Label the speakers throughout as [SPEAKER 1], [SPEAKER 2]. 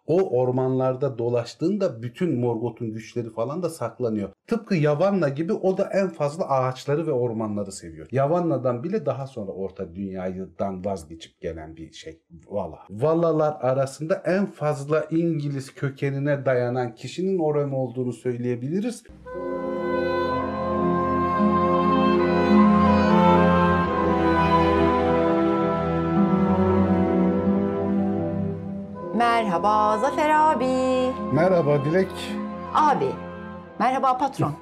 [SPEAKER 1] O ormanlarda dolaştığında bütün Morgoth'un güçleri falan da saklanıyor. Tıpkı Yavanna gibi o da en fazla ağaçları ve ormanları seviyor. Yavanna'dan bile daha sonra Orta Dünya'dan vazgeçip gelen bir şey Vala. Valalar arasında en fazla İngiliz kökenine dayanan kişinin Orome olduğunu söyleyebiliriz.
[SPEAKER 2] Merhaba Zafer abi.
[SPEAKER 1] Merhaba Dilek.
[SPEAKER 2] Abi. Merhaba patron.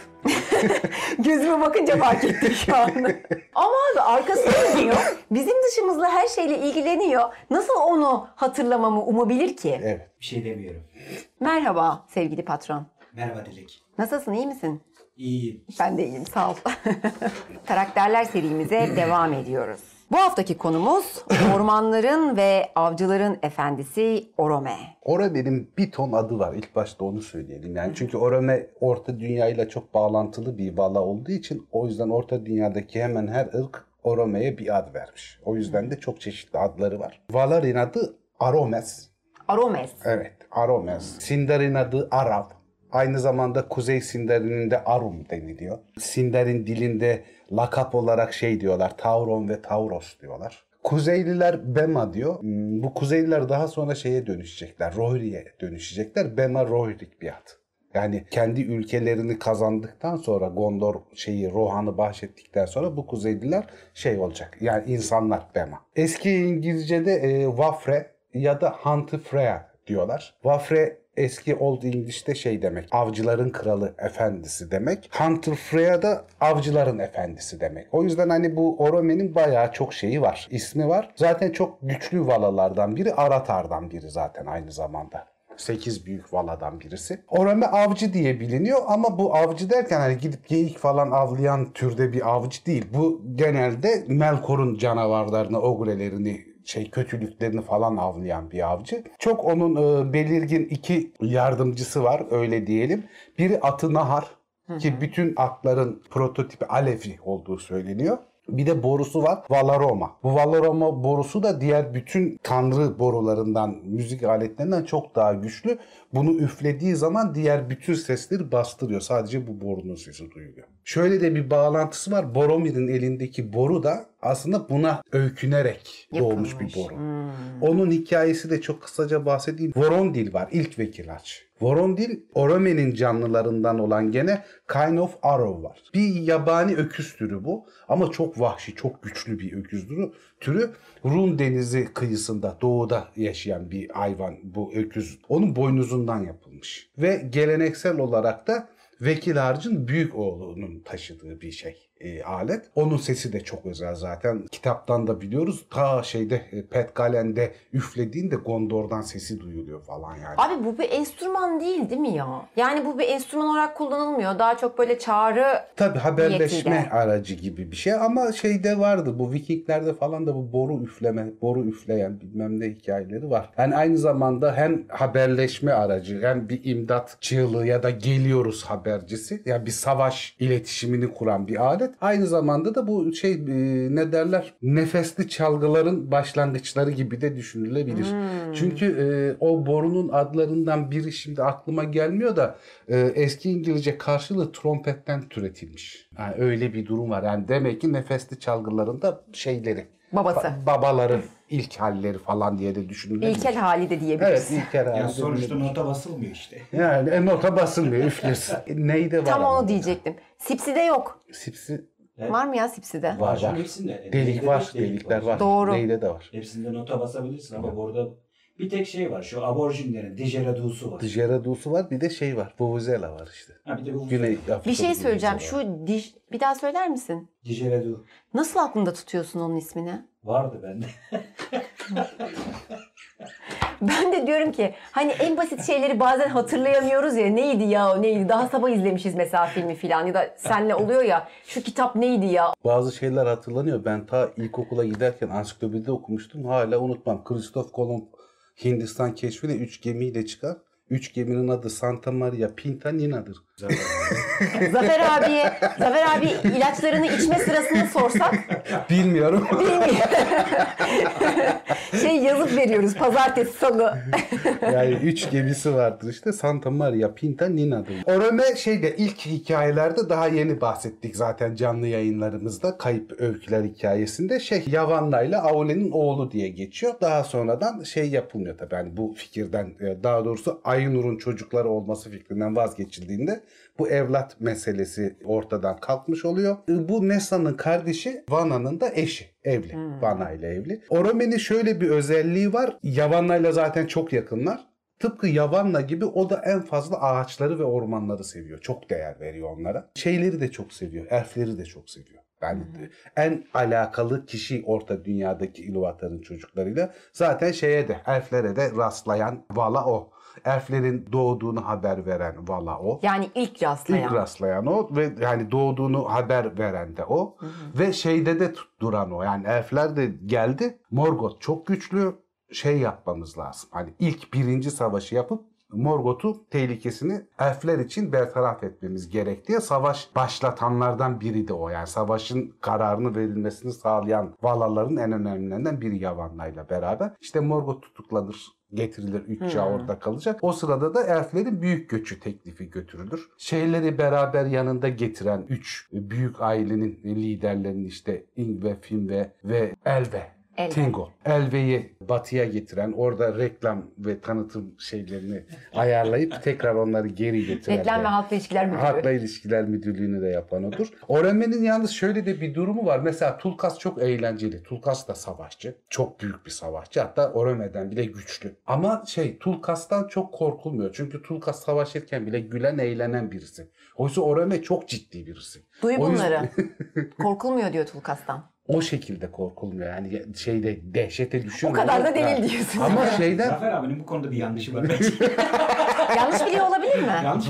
[SPEAKER 2] Gözüme bakınca fark ettim şu anda. Ama abi arkasına dönüyor. Bizim dışımızla her şeyle ilgileniyor. Nasıl onu hatırlamamı umabilir ki?
[SPEAKER 1] Evet.
[SPEAKER 3] Bir şey demiyorum.
[SPEAKER 2] Merhaba sevgili patron.
[SPEAKER 3] Merhaba Dilek.
[SPEAKER 2] Nasılsın, iyi misin?
[SPEAKER 3] İyiyim.
[SPEAKER 2] Ben de iyiyim, sağ ol. Karakterler serimize devam ediyoruz. Bu haftaki konumuz ormanların ve avcıların efendisi Orome.
[SPEAKER 1] Orome'nin bir ton adı var. İlk başta onu söyleyelim. Yani çünkü Orome Orta Dünya ile çok bağlantılı bir vala olduğu için o yüzden Orta Dünya'daki hemen her ırk Orome'ye bir ad vermiş. O yüzden de çok çeşitli adları var. Valar'ın adı Aromes.
[SPEAKER 2] Aromes.
[SPEAKER 1] Evet, Aromes. Sindar'ın adı Arav. Aynı zamanda Kuzey Sindarin'in de Arum deniliyor. Sindarin dilinde lakap olarak şey diyorlar, Tauron ve Tauros diyorlar. Kuzeyliler Bema diyor. Bu Kuzeyliler daha sonra şeye dönüşecekler, Rohirri'ye dönüşecekler. Bema Rohirrik bir ad. Yani kendi ülkelerini kazandıktan sonra Gondor Rohan'ı bahşettikten sonra bu Kuzeyliler şey olacak. Yani insanlar Bema. Eski İngilizce'de Wafre ya da Hunter Freya diyorlar. Wafre eski Old English'te şey demek. Avcıların kralı, efendisi demek. Hunter Freya da avcıların efendisi demek. O yüzden hani bu Orome'nin bayağı çok şeyi var. İsmi var. Zaten çok güçlü valalardan biri. Aratar'dan biri zaten aynı zamanda. 8 büyük valadan birisi. Orome avcı diye biliniyor ama bu avcı derken hani gidip geyik falan avlayan türde bir avcı değil. Bu genelde Melkor'un canavarlarını, ogrelerini, kötülüklerini falan avlayan bir avcı. Çok onun belirgin iki yardımcısı var öyle diyelim. Biri atı Nahar ki bütün atların prototipi Alefi olduğu söyleniyor. Bir de borusu var Valaroma. Bu Valaroma borusu da diğer bütün tanrı borularından, müzik aletlerinden çok daha güçlü. Bunu üflediği zaman diğer bütün sesleri bastırıyor. Sadece bu borunun sesi duyuluyor. Şöyle de bir bağlantısı var. Boromir'in elindeki boru da aslında buna öykünerek doğmuş bir boru. Onun hikayesi de çok kısaca bahsedeyim. Vorondil var. İlk vekil haç. Vorondil, Orome'nin canlılarından olan gene Kind of Arrow var. Bir yabani öküz türü bu. Ama çok vahşi, çok güçlü bir öküz türü. Run Denizi kıyısında, doğuda yaşayan bir hayvan bu öküz. Onun boynuzundan yapılmış. Ve geleneksel olarak da Vekil Harc'ın büyük oğlunun taşıdığı bir alet. Onun sesi de çok özel zaten. Kitaptan da biliyoruz. Ta Petgalen'de üflediğinde Gondor'dan sesi duyuluyor falan yani.
[SPEAKER 2] Abi bu bir enstrüman değil mi ya? Yani bu bir enstrüman olarak kullanılmıyor. Daha çok böyle çağrı
[SPEAKER 1] Tabii haberleşme
[SPEAKER 2] niyetiyle.
[SPEAKER 1] aracı gibi bir şey ama şeyde vardı. Bu Vikinglerde falan da bu boru üfleyen bilmem ne hikayeleri var. Yani aynı zamanda hem haberleşme aracı hem bir imdat çığlığı ya da geliyoruz habercisi. Yani bir savaş iletişimini kuran bir alet. Aynı zamanda da bu ne derler? Nefesli çalgıların başlangıçları gibi de düşünülebilir. Çünkü o borunun adlarından biri şimdi aklıma gelmiyor da eski İngilizce karşılığı trompetten türetilmiş. Yani öyle bir durum var. Yani demek ki nefesli çalgıların da
[SPEAKER 2] Babası.
[SPEAKER 1] Babaların ilk halleri falan diye de düşünülebilir.
[SPEAKER 2] İlkel hali de diyebiliriz.
[SPEAKER 1] Evet, ilkel hali.
[SPEAKER 3] Ya
[SPEAKER 1] de
[SPEAKER 3] sonuçta
[SPEAKER 1] düşünülebilir.
[SPEAKER 3] nota basılmıyor işte.
[SPEAKER 1] Yani nota basılmıyor, üflersin. Neyde var
[SPEAKER 2] Tam
[SPEAKER 1] ama?
[SPEAKER 2] onu diyecektim. Sipsi'de yok.
[SPEAKER 1] Sipsi
[SPEAKER 3] Evet.
[SPEAKER 2] Var mı ya Sipsi'de?
[SPEAKER 1] var.
[SPEAKER 3] Canım hepsinde.
[SPEAKER 1] Delik
[SPEAKER 3] Neyde
[SPEAKER 1] var,
[SPEAKER 3] de
[SPEAKER 1] delikler var.
[SPEAKER 2] Doğru.
[SPEAKER 1] Neyde de var.
[SPEAKER 3] Hepsinde nota basabilirsin ama burada bir tek şey var. Şu aborjinlerin Didgeridoo'su var.
[SPEAKER 1] Didgeridoo'su var, bir de var. Vuvuzela var işte.
[SPEAKER 3] Ha bir de bu
[SPEAKER 1] Güney Afrika'da
[SPEAKER 2] Bir şey söyleyeceğim.
[SPEAKER 1] vuvuzela var.
[SPEAKER 2] Bir daha söyler misin?
[SPEAKER 3] Didgeridoo
[SPEAKER 2] Nasıl aklında tutuyorsun onun ismini?
[SPEAKER 3] vardı bende.
[SPEAKER 2] Ben de diyorum ki hani en basit şeyleri bazen hatırlayamıyoruz ya. Neydi ya o neydi? Daha sabah izlemişiz mesela filmi filan ya da senle oluyor ya. Şu kitap neydi ya?
[SPEAKER 1] Bazı şeyler hatırlanıyor. Ben ta ilkokula giderken ansiklopedide okumuştum. Hala unutmam. Christoph Kolomb Hindistan keşfine 3 gemiyle çıkar. Üç geminin adı Santa Maria Pinta Nina'dır.
[SPEAKER 2] Zafer abi ilaçlarını içme sırasını sorsak
[SPEAKER 1] Bilmiyorum.
[SPEAKER 2] yazıp veriyoruz pazartesi salı.
[SPEAKER 1] Yani 3 gemisi vardır işte. Santa Maria Pinta Nina'dır. Orome ilk hikayelerde daha yeni bahsettik zaten canlı yayınlarımızda. Kayıp Öyküler hikayesinde Yavanna ile Aule'nin oğlu diye geçiyor. Daha sonradan yapılmıyor tabii. Yani bu fikirden daha doğrusu Ainur'un çocukları olması fikrinden vazgeçildiğinde bu evlat meselesi ortadan kalkmış oluyor. Bu Nessa'nın kardeşi Vana'nın da eşi. Evli. Vana ile evli. Orome'nin şöyle bir özelliği var. Yavanna ile zaten çok yakınlar. Tıpkı Yavanna gibi o da en fazla ağaçları ve ormanları seviyor. Çok değer veriyor onlara. Şeyleri de çok seviyor. Elfleri de çok seviyor. Yani en alakalı kişi Orta Dünya'daki Ilúvatar'ın çocuklarıyla zaten elflere de rastlayan Vala o. Elflerin doğduğunu haber veren Vala o.
[SPEAKER 2] Yani ilk rastlayan.
[SPEAKER 1] İlk rastlayan o ve yani doğduğunu haber veren de o. Ve de tutturan o. Yani elfler de geldi. Morgoth çok güçlü. Yapmamız lazım. Hani ilk birinci savaşı yapıp Morgoth'u tehlikesini elfler için bertaraf etmemiz gerek diye savaş başlatanlardan biri de o. Yani savaşın kararını verilmesini sağlayan Valaların en önemlilerinden biri Yavanna'yla beraber. İşte Morgoth tutuklanır, getirilir 3 çağ orada kalacak. O sırada da elflerin büyük göçü teklifi götürülür. Şeyleri beraber yanında getiren 3 büyük ailenin liderlerini işte Ingve, Finve ve Elve. Tingo. Elve'yi batıya getiren, orada reklam ve tanıtım şeylerini ayarlayıp tekrar onları geri getiren.
[SPEAKER 2] Reklam ve Halkla İlişkiler Müdürlüğü.
[SPEAKER 1] Halkla İlişkiler Müdürlüğü'nü de yapan odur. Orome'nin yalnız şöyle de bir durumu var. Mesela Tulkas çok eğlenceli. Tulkas da savaşçı. Çok büyük bir savaşçı. Hatta Orome'den bile güçlü. Ama Tulkas'tan çok korkulmuyor. Çünkü Tulkas savaşırken bile gülen, eğlenen birisi. Oysa Orome çok ciddi birisi.
[SPEAKER 2] Duy bunları. Korkulmuyor diyor Tulkas'tan.
[SPEAKER 1] O şekilde korkulmuyor. Yani dehşete düşürmüyor.
[SPEAKER 2] O kadar da değil diyorsun.
[SPEAKER 1] Ama
[SPEAKER 3] Zafer abinin bu konuda bir yanlışı var bence.
[SPEAKER 2] Yanlış biliyor olabilir mi?
[SPEAKER 3] Yanlış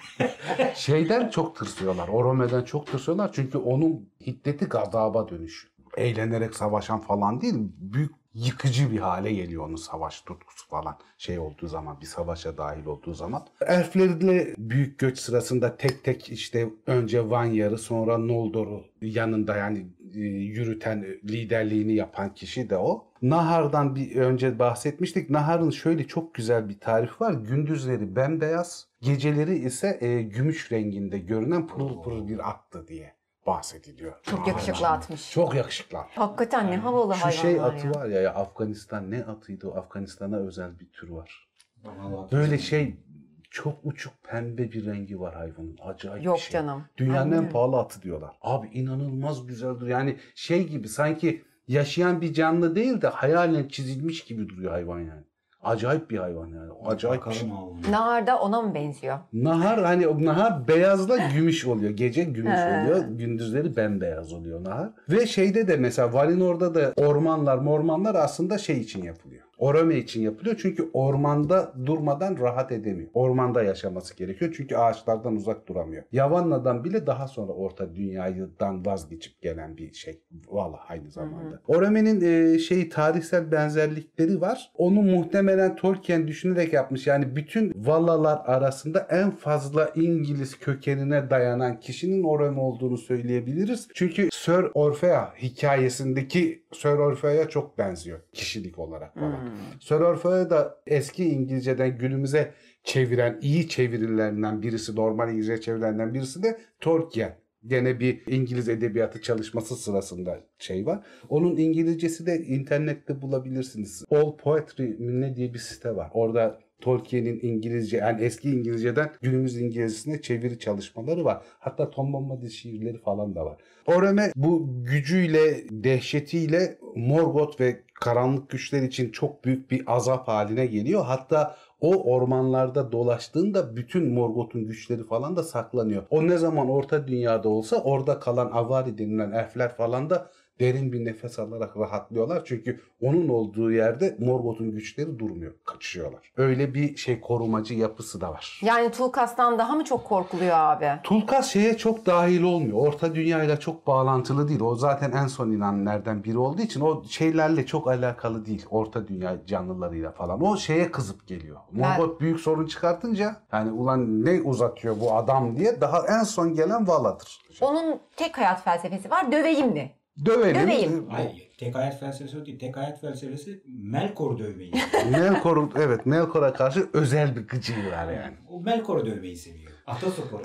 [SPEAKER 3] mı?
[SPEAKER 1] Çok tırsıyorlar. Orome'den çok tırsıyorlar. Çünkü onun hiddeti gazaba dönüşüyor. Eğlenerek savaşan falan değil. Büyük yıkıcı bir hale geliyor onun savaş tutkusu falan olduğu zaman, bir savaşa dahil olduğu zaman. Elflerle büyük göç sırasında tek tek önce Vanyar'ı sonra Noldor'u yanında yani yürüten, liderliğini yapan kişi de o. Nahar'dan bir önce bahsetmiştik. Nahar'ın şöyle çok güzel bir tarifi var. Gündüzleri bembeyaz, geceleri ise gümüş renginde görünen pırıl pırıl bir attı diye bahsediliyor.
[SPEAKER 2] Çok yakışıklı atmış.
[SPEAKER 1] Çok yakışıklı at.
[SPEAKER 2] Hakikaten ne havalı
[SPEAKER 1] Şu
[SPEAKER 2] hayvan var
[SPEAKER 1] atı
[SPEAKER 2] ya.
[SPEAKER 1] var ya Afganistan ne atıydı o? Afganistan'a özel bir tür var. Böyle çok uçuk pembe bir rengi var hayvanın. Acayip
[SPEAKER 2] Yok
[SPEAKER 1] bir şey.
[SPEAKER 2] canım.
[SPEAKER 1] Dünyanın
[SPEAKER 2] Ben
[SPEAKER 1] en pahalı atı diyorlar. Abi inanılmaz güzeldir. Yani gibi sanki yaşayan bir canlı değil de hayalen çizilmiş gibi duruyor hayvan yani. Acayip bir hayvan yani. Acayip bir şey.
[SPEAKER 2] Nahar da ona mı benziyor?
[SPEAKER 1] Nahar beyazla gümüş oluyor. Gece gümüş oluyor. Gündüzleri bembeyaz oluyor Nahar. Ve de mesela Valinor'da da ormanlar aslında için yapılıyor. Orome için yapılıyor. Çünkü ormanda durmadan rahat edemiyor. Ormanda yaşaması gerekiyor. Çünkü ağaçlardan uzak duramıyor. Yavanna'dan bile daha sonra Orta Dünya'dan vazgeçip gelen bir Vala aynı zamanda. Orome'nin tarihsel benzerlikleri var. Onu muhtemelen Tolkien düşünerek yapmış. Yani bütün Valalar arasında en fazla İngiliz kökenine dayanan kişinin Orome olduğunu söyleyebiliriz. Çünkü Sir Orfea hikayesindeki Sir Orfea'ya çok benziyor kişilik olarak falan. Sir Orfea da eski İngilizceden günümüze çeviren, iyi çevirilerinden birisi, normal İngilizce çevirilerinden birisi de Tolkien. Gene bir İngiliz edebiyatı çalışması sırasında var. Onun İngilizcesi de internette bulabilirsiniz. All Poetry ne diye bir site var. Orada Tolkien'in İngilizce, yani eski İngilizceden günümüz İngilizcesine çeviri çalışmaları var. Hatta Tom Bombadil şiirleri falan da var. Orome bu gücüyle, dehşetiyle Morgoth ve karanlık güçler için çok büyük bir azap haline geliyor. Hatta o ormanlarda dolaştığında bütün Morgoth'un güçleri falan da saklanıyor. O ne zaman Orta Dünya'da olsa orada kalan Avari denilen elfler falan da derin bir nefes alarak rahatlıyorlar. Çünkü onun olduğu yerde Morgoth'un güçleri durmuyor. Kaçışıyorlar. Öyle bir şey, korumacı yapısı da var.
[SPEAKER 2] Yani Tulkas'tan daha mı çok korkuluyor abi?
[SPEAKER 1] Tulkas şeye çok dahil olmuyor. Orta dünyayla çok bağlantılı değil. O zaten en son inananlardan biri olduğu için o şeylerle çok alakalı değil. Orta dünya canlılarıyla falan. O şeye kızıp geliyor. Morgoth büyük sorun çıkartınca yani ulan ne uzatıyor bu adam diye daha en son gelen Vala'dır.
[SPEAKER 2] Onun tek hayat felsefesi var. Döveyim mi?
[SPEAKER 1] Dövelim.
[SPEAKER 2] Döveyim.
[SPEAKER 3] Hayır, tek hayat felsefesi o değil. Tek hayat felsefesi Melkor dövmeyi.
[SPEAKER 1] Melkor'un, evet, Melkor'a karşı özel bir gıcığı var yani.
[SPEAKER 3] O Melkor dövmeyi seviyor. Atasporu.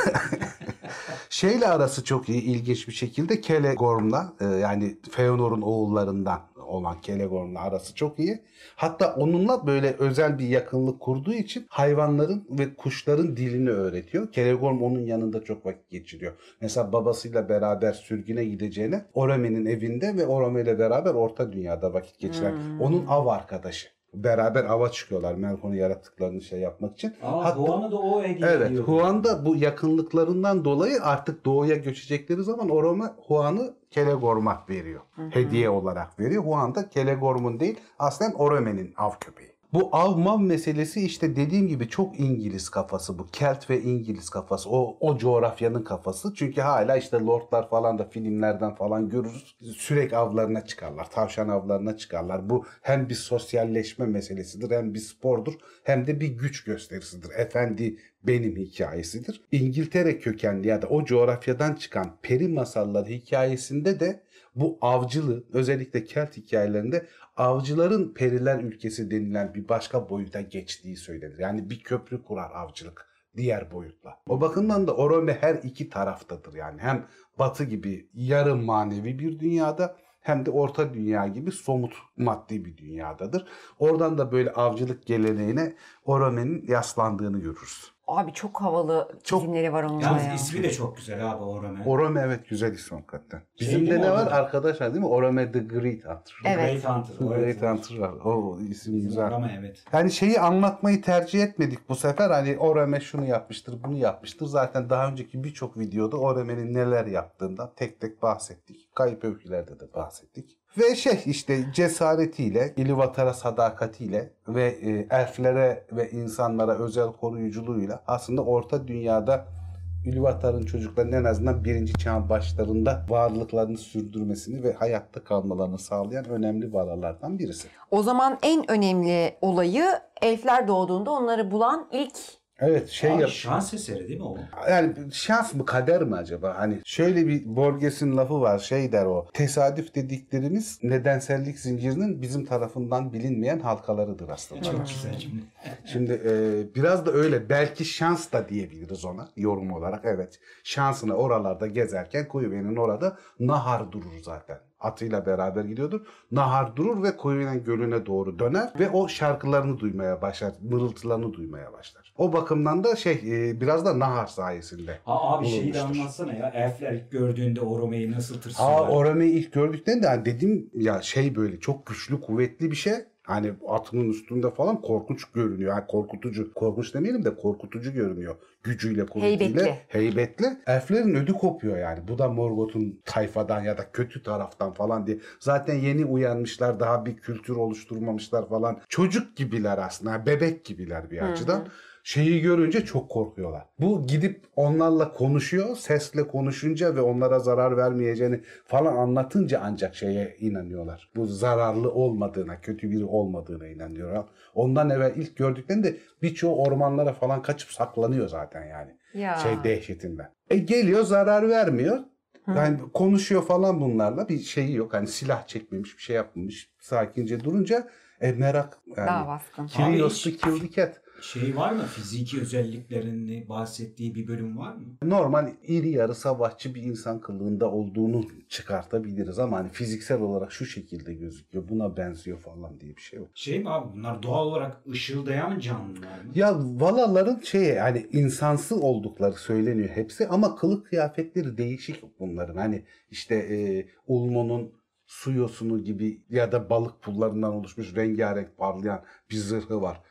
[SPEAKER 1] Şeyle arası çok iyi, ilginç bir şekilde Celegorm'la yani Feanor'un oğullarından olan Celegorm'la arası çok iyi. Hatta onunla böyle özel bir yakınlık kurduğu için hayvanların ve kuşların dilini öğretiyor. Celegorm onun yanında çok vakit geçiriyor. Mesela babasıyla beraber sürgüne gideceğine Orome'nin evinde ve Orome ile beraber Orta Dünya'da vakit geçiren onun av arkadaşı. Beraber ava çıkıyorlar Melkor'un yarattıklarını şey yapmak için.
[SPEAKER 3] Huan'ı da o hediye
[SPEAKER 1] Evet,
[SPEAKER 3] ediyor.
[SPEAKER 1] Huan da bu yakınlıklarından dolayı artık doğuya göç edecekleri zaman Orome Huan'ı Celegorm'a veriyor. Hediye olarak veriyor. Huan da Celegorm'un değil, aslen Orome'nin av köpeği. Bu av mav meselesi işte dediğim gibi çok İngiliz kafası bu. Kelt ve İngiliz kafası. O coğrafyanın kafası. Çünkü hala işte lordlar falan da filmlerden falan görürüz. Sürek avlarına çıkarlar. Tavşan avlarına çıkarlar. Bu hem bir sosyalleşme meselesidir, hem bir spordur, hem de bir güç gösterisidir. Efendi benim hikayesidir. İngiltere kökenli ya da o coğrafyadan çıkan peri masalları hikayesinde de bu avcılığı, özellikle Kelt hikayelerinde avcıların periler ülkesi denilen bir başka boyuta geçtiği söylenir. Yani bir köprü kurar avcılık diğer boyutla. O bakımdan da Orome her iki taraftadır yani. Hem Batı gibi yarım manevi bir dünyada, hem de Orta Dünya gibi somut maddi bir dünyadadır. Oradan da böyle avcılık geleneğine Orome'nin yaslandığını görürüz.
[SPEAKER 2] Abi çok havalı çizimleri var onun
[SPEAKER 3] Yalnız
[SPEAKER 2] ya.
[SPEAKER 3] ismi de çok güzel abi Orome.
[SPEAKER 1] Orome, evet, güzel isim hakikaten. Bizim
[SPEAKER 3] değil
[SPEAKER 1] de
[SPEAKER 3] mi
[SPEAKER 1] ne var
[SPEAKER 3] orada?
[SPEAKER 1] arkadaşlar, değil mi? Orome the Great Hunter.
[SPEAKER 2] Evet.
[SPEAKER 3] Great Hunter.
[SPEAKER 1] Great Hunter var. O isim
[SPEAKER 3] Bizim
[SPEAKER 1] güzel.
[SPEAKER 3] Orome, evet.
[SPEAKER 1] Yani şeyi anlatmayı tercih etmedik bu sefer. Hani Orome şunu yapmıştır, bunu yapmıştır. Zaten daha önceki birçok videoda Orome'nin neler yaptığından tek tek bahsettik. Kayıp öykülerde de bahsettik. Ve işte cesaretiyle, İluvatar'a sadakatiyle ve elflere ve insanlara özel koruyuculuğuyla aslında Orta Dünya'da Ilúvatar'ın çocuklarının en azından birinci çağın başlarında varlıklarını sürdürmesini ve hayatta kalmalarını sağlayan önemli varlıklardan birisi.
[SPEAKER 2] O zaman en önemli olayı elfler doğduğunda onları bulan ilk...
[SPEAKER 1] Evet,
[SPEAKER 3] Abi şans eseri değil mi o?
[SPEAKER 1] Yani şans mı, kader mi acaba? Hani şöyle bir Borges'in lafı var, şey der o. Tesadüf dediklerimiz nedensellik zincirinin bizim tarafından bilinmeyen halkalarıdır aslında.
[SPEAKER 3] Çok güzel cümle.
[SPEAKER 1] Şimdi biraz da öyle, belki şans da diyebiliriz ona yorum olarak. Evet, şansını oralarda gezerken Kuyuve'nin orada Nahar durur zaten. Atıyla beraber gidiyordur. Nahar durur ve Kuyuve'nin gölüne doğru döner ve o şarkılarını duymaya başlar, mırıltılarını duymaya başlar. O bakımdan da biraz da Nahar sayesinde
[SPEAKER 3] Abi şeyi de
[SPEAKER 1] bulunmuştur.
[SPEAKER 3] anlatsana ya. Elfler ilk gördüğünde Orome'yi nasıl tırsıyorlar?
[SPEAKER 1] Orome'yi ilk gördüklerinde hani dedim ya, böyle çok güçlü, kuvvetli bir şey. Hani atının üstünde falan korkunç görünüyor. Yani korkutucu, korkunç demeyelim de korkutucu görünüyor. Gücüyle, kuvvetiyle. Heybetli. Elflerin ödü kopuyor yani. Bu da Morgoth'un tayfadan ya da kötü taraftan falan diye. Zaten yeni uyanmışlar, daha bir kültür oluşturmamışlar falan. Çocuk gibiler aslında, bebek gibiler bir açıdan. Şeyi görünce çok korkuyorlar. Bu gidip onlarla konuşuyor. Sesle konuşunca ve onlara zarar vermeyeceğini falan anlatınca ancak şeye inanıyorlar. Bu zararlı olmadığına, kötü biri olmadığına inanıyorlar. Ondan evvel ilk gördüklerinde birçoğu ormanlara falan kaçıp saklanıyor zaten yani.
[SPEAKER 2] Ya.
[SPEAKER 1] Dehşetinden. Geliyor, zarar vermiyor. Yani konuşuyor falan bunlarla, bir şeyi yok. Hani silah çekmemiş, bir şey yapmamış. Sakince durunca merak yani.
[SPEAKER 2] Daha baskın.
[SPEAKER 1] Curiosity killed the cat.
[SPEAKER 3] Şey var mı? Fiziki özelliklerini bahsettiği bir bölüm var mı?
[SPEAKER 1] Normal iri yarı savaşçı bir insan kılığında olduğunu çıkartabiliriz ama hani fiziksel olarak şu şekilde gözüküyor, buna benziyor falan diye bir şey yok.
[SPEAKER 3] Şey mi abi, bunlar doğal olarak ışıldayan canlılar mı?
[SPEAKER 1] Ya Valaların hani insansı oldukları söyleniyor hepsi ama kılık kıyafetleri değişik bunların. Hani işte Ulmo'nun su yosunu gibi ya da balık pullarından oluşmuş rengarenk parlayan bir zırhı var.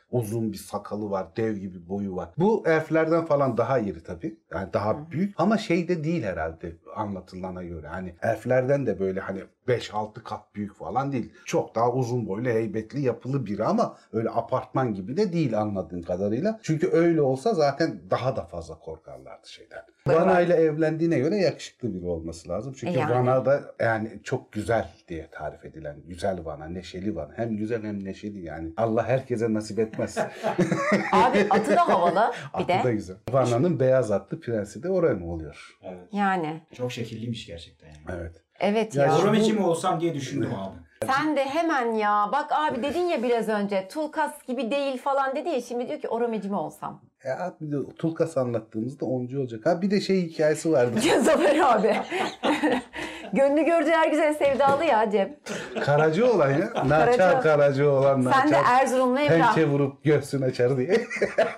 [SPEAKER 1] uzun bir sakalı var, dev gibi boyu var. Bu elflerden falan daha iri tabii. Yani daha büyük ama şey de değil herhalde anlatılana göre. Hani elflerden de böyle hani 5-6 kat büyük falan değil. Çok daha uzun boylu, heybetli, yapılı biri ama öyle apartman gibi de değil anladığım kadarıyla. Çünkü öyle olsa zaten daha da fazla korkarlardı şeyden. Vanna ile evlendiğine göre yakışıklı biri olması lazım. Çünkü
[SPEAKER 2] Yani.
[SPEAKER 1] Vanna da yani çok güzel diye tarif edilen güzel Vanna, neşeli Vanna. Hem güzel hem neşeli yani. Allah herkese nasip etmez.
[SPEAKER 2] Abi atı da havalı bir
[SPEAKER 1] Atı da
[SPEAKER 2] de.
[SPEAKER 1] güzel. Vanna'nın beyaz atlı prensi de Orem oluyor.
[SPEAKER 3] Evet.
[SPEAKER 2] Yani.
[SPEAKER 3] Çok şekilliymiş gerçekten yani.
[SPEAKER 1] Evet.
[SPEAKER 2] Evet
[SPEAKER 1] Ya
[SPEAKER 2] ya.
[SPEAKER 1] şu-
[SPEAKER 3] Oromeci mi olsam diye düşündüm abi.
[SPEAKER 2] Sen de hemen ya. Bak abi dedin ya biraz önce. Tulkas gibi değil falan dedi ya. Şimdi diyor ki oromeci mi olsam?
[SPEAKER 1] Ya bir de Tulkas anlattığımızda oncu olacak. Ha bir de şey hikayesi vardı.
[SPEAKER 2] Zafer abi. Gönlü gördüğü her güzel sevdalı ya Cem.
[SPEAKER 1] Karacı olan ya. Naçar karacı olan
[SPEAKER 2] Sen de
[SPEAKER 1] naçar.
[SPEAKER 2] Erzurumlu Emrah.
[SPEAKER 1] Pençe vurup göğsün açar diye.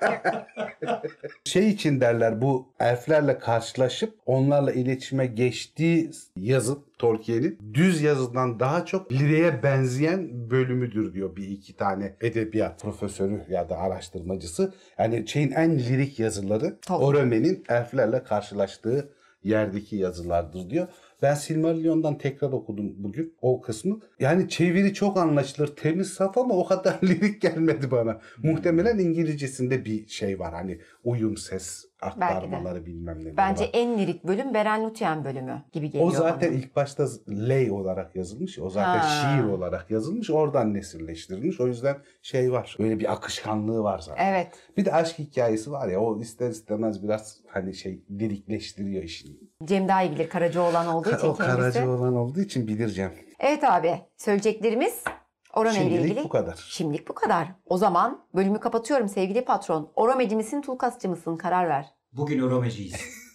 [SPEAKER 1] Şey için derler bu elflerle karşılaşıp onlarla iletişime geçtiği yazı Tolkien'in düz yazıdan daha çok liriğe benzeyen bölümüdür diyor bir iki tane edebiyat profesörü ya da araştırmacısı. Yani şeyin en lirik yazıları
[SPEAKER 2] Tabii.
[SPEAKER 1] Oromen'in elflerle karşılaştığı yerdeki yazılardır diyor. Ben Silmarillion'dan tekrar okudum bugün o kısmı. Yani çeviri çok anlaşılır, temiz, saf ama o kadar lirik gelmedi bana. Muhtemelen İngilizcesinde bir şey var. Hani uyum, ses aktarmaları bilmem ne.
[SPEAKER 2] Bence
[SPEAKER 1] var.
[SPEAKER 2] en lirik bölüm Beren Lütyen bölümü gibi geliyor
[SPEAKER 1] O zaten
[SPEAKER 2] bana.
[SPEAKER 1] ilk başta ley olarak yazılmış. O zaten
[SPEAKER 2] Ha.
[SPEAKER 1] şiir olarak yazılmış. Oradan nesilleştirilmiş. O yüzden şey var. Öyle bir akışkanlığı var zaten.
[SPEAKER 2] Evet.
[SPEAKER 1] Bir de aşk hikayesi var ya o ister istemez biraz hani şey lirikleştiriyor işini.
[SPEAKER 2] Cem daha iyi bilir Karacaoğlan olduğu için
[SPEAKER 1] O
[SPEAKER 2] kendisi.
[SPEAKER 1] Karaca olan olduğu için bilireceğim.
[SPEAKER 2] Evet abi söyleyeceklerimiz Orome ile
[SPEAKER 1] Şimdilik
[SPEAKER 2] ilgili.
[SPEAKER 1] bu kadar.
[SPEAKER 2] Şimdilik bu kadar. O zaman bölümü kapatıyorum sevgili patron. Oromeci misin Tulkasçı mısın karar ver.
[SPEAKER 3] Bugün Oromeciyiz.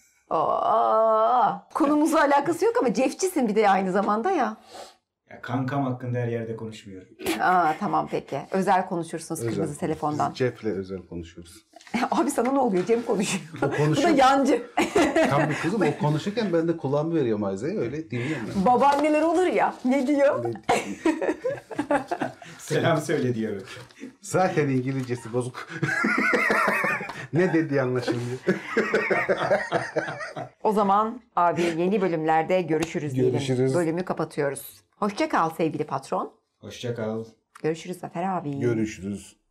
[SPEAKER 2] Konumuzla alakası yok ama cefçisin bir de aynı zamanda ya.
[SPEAKER 3] Ya kankam hakkında her yerde konuşmuyorum.
[SPEAKER 2] Tamam peki. Özel konuşursunuz kırmızı
[SPEAKER 1] Özel.
[SPEAKER 2] telefondan.
[SPEAKER 1] Biz Jeff'le özel konuşuyoruz.
[SPEAKER 2] Abi sana ne oluyor? Cem konuşuyor.
[SPEAKER 1] O
[SPEAKER 2] Bu da
[SPEAKER 1] konuşuyor.
[SPEAKER 2] yancı.
[SPEAKER 1] Tabii kızım o konuşurken ben de kulağımı veriyorum Ayza'ya öyle dinliyorum ben.
[SPEAKER 2] Babaanneler olur ya. Ne diyor?
[SPEAKER 3] Selam söyle diyor.
[SPEAKER 1] Zaten İngilizcesi bozuk. Ne dediği anlaşılmıyor.
[SPEAKER 2] O zaman abi yeni bölümlerde görüşürüz diyelim.
[SPEAKER 1] Görüşürüz.
[SPEAKER 2] Bölümü kapatıyoruz. Hoşça kal sevgili patron.
[SPEAKER 3] Hoşça kal.
[SPEAKER 2] Görüşürüz Zafer abi.
[SPEAKER 1] Görüşürüz.